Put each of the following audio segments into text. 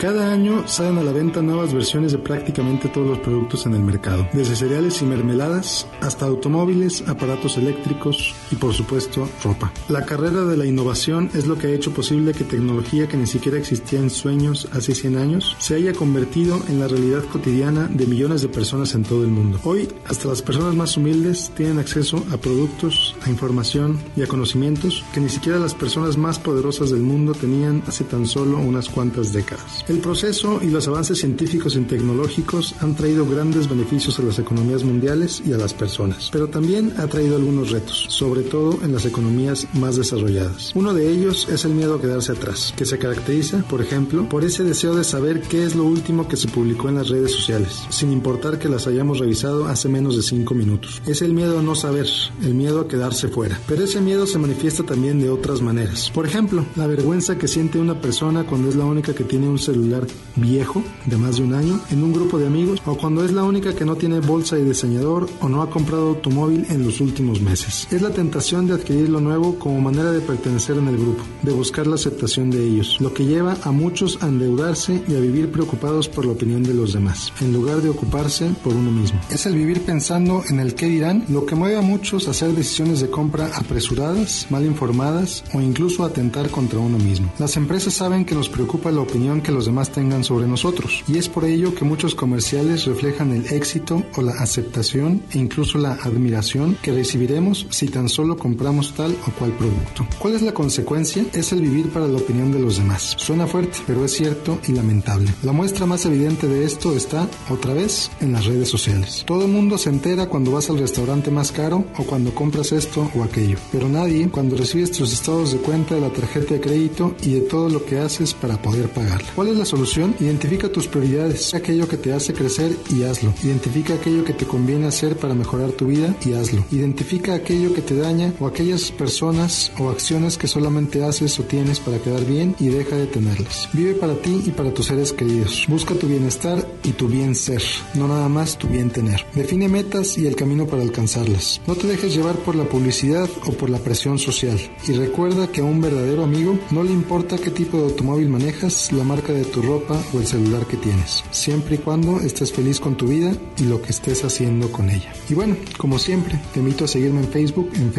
Cada año salen a la venta nuevas versiones de prácticamente todos los productos en el mercado, desde cereales y mermeladas hasta automóviles, aparatos eléctricos y por supuesto ropa. La carrera de la innovación es lo que ha hecho posible que tecnología que ni siquiera existía en sueños hace 100 años se haya convertido en la realidad cotidiana de millones de personas en todo el mundo. Hoy, hasta las personas más humildes tienen acceso a productos, a información y a conocimientos que ni siquiera las personas más poderosas del mundo tenían hace tan solo unas cuantas décadas. El proceso y los avances científicos y tecnológicos han traído grandes beneficios a las economías mundiales y a las personas, pero también ha traído algunos retos, sobre todo en las economías más desarrolladas. Uno de ellos es el miedo a quedarse atrás, que se caracteriza, por ejemplo, por ese deseo de saber qué es lo último que se publicó en las redes sociales, sin importar que las hayamos revisado hace menos de 5 minutos. Es el miedo a no saber, el miedo a quedarse fuera. Pero ese miedo se manifiesta también de otras maneras. Por ejemplo, la vergüenza que siente una persona cuando es la única que tiene un celular viejo de más de un año en un grupo de amigos, o cuando es la única que no tiene bolsa de diseñador o no ha comprado automóvil en los últimos meses. Es la tentación de adquirir lo nuevo como manera de pertenecer en el grupo, de buscar la aceptación de ellos, lo que lleva a muchos a endeudarse y a vivir preocupados por la opinión de los demás, en lugar de ocuparse por uno mismo. Es el vivir pensando en el qué dirán lo que mueve a muchos a hacer decisiones de compra apresuradas, mal informadas o incluso a atentar contra uno mismo. Las empresas saben que nos preocupa la opinión que los demás tengan sobre nosotros, y es por ello que muchos comerciales reflejan el éxito o la aceptación e incluso la admiración que recibiremos si tan solo compramos tal o cual producto. ¿Cuál es la consecuencia? Es el vivir para la opinión de los demás. Suena fuerte, pero es cierto y lamentable. La muestra más evidente de esto está, otra vez, en las redes sociales. Todo el mundo se entera cuando vas al restaurante más caro o cuando compras esto o aquello, pero nadie cuando recibes tus estados de cuenta de la tarjeta de crédito y de todo lo que haces para poder pagarla. ¿Cuál es la solución? Identifica tus prioridades, aquello que te hace crecer y hazlo. Identifica aquello que te conviene hacer para mejorar tu vida y hazlo. Identifica aquello que te daña o aquellas personas o acciones que solamente haces o tienes para quedar bien y deja de tenerlas. Vive para ti y para tus seres queridos. Busca tu bienestar y tu bien ser, no nada más tu bien tener. Define metas y el camino para alcanzarlas. No te dejes llevar por la publicidad o por la presión social. Y recuerda que a un verdadero amigo no le importa qué tipo de automóvil manejas, la marca de tu ropa o el celular que tienes, siempre y cuando estés feliz con tu vida y lo que estés haciendo con ella. Y bueno, como siempre, te invito a seguirme en Facebook, en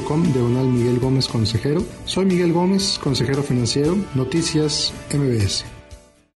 facebook.com/Miguel Gómez Consejero. Soy Miguel Gómez, consejero financiero, Noticias MBS.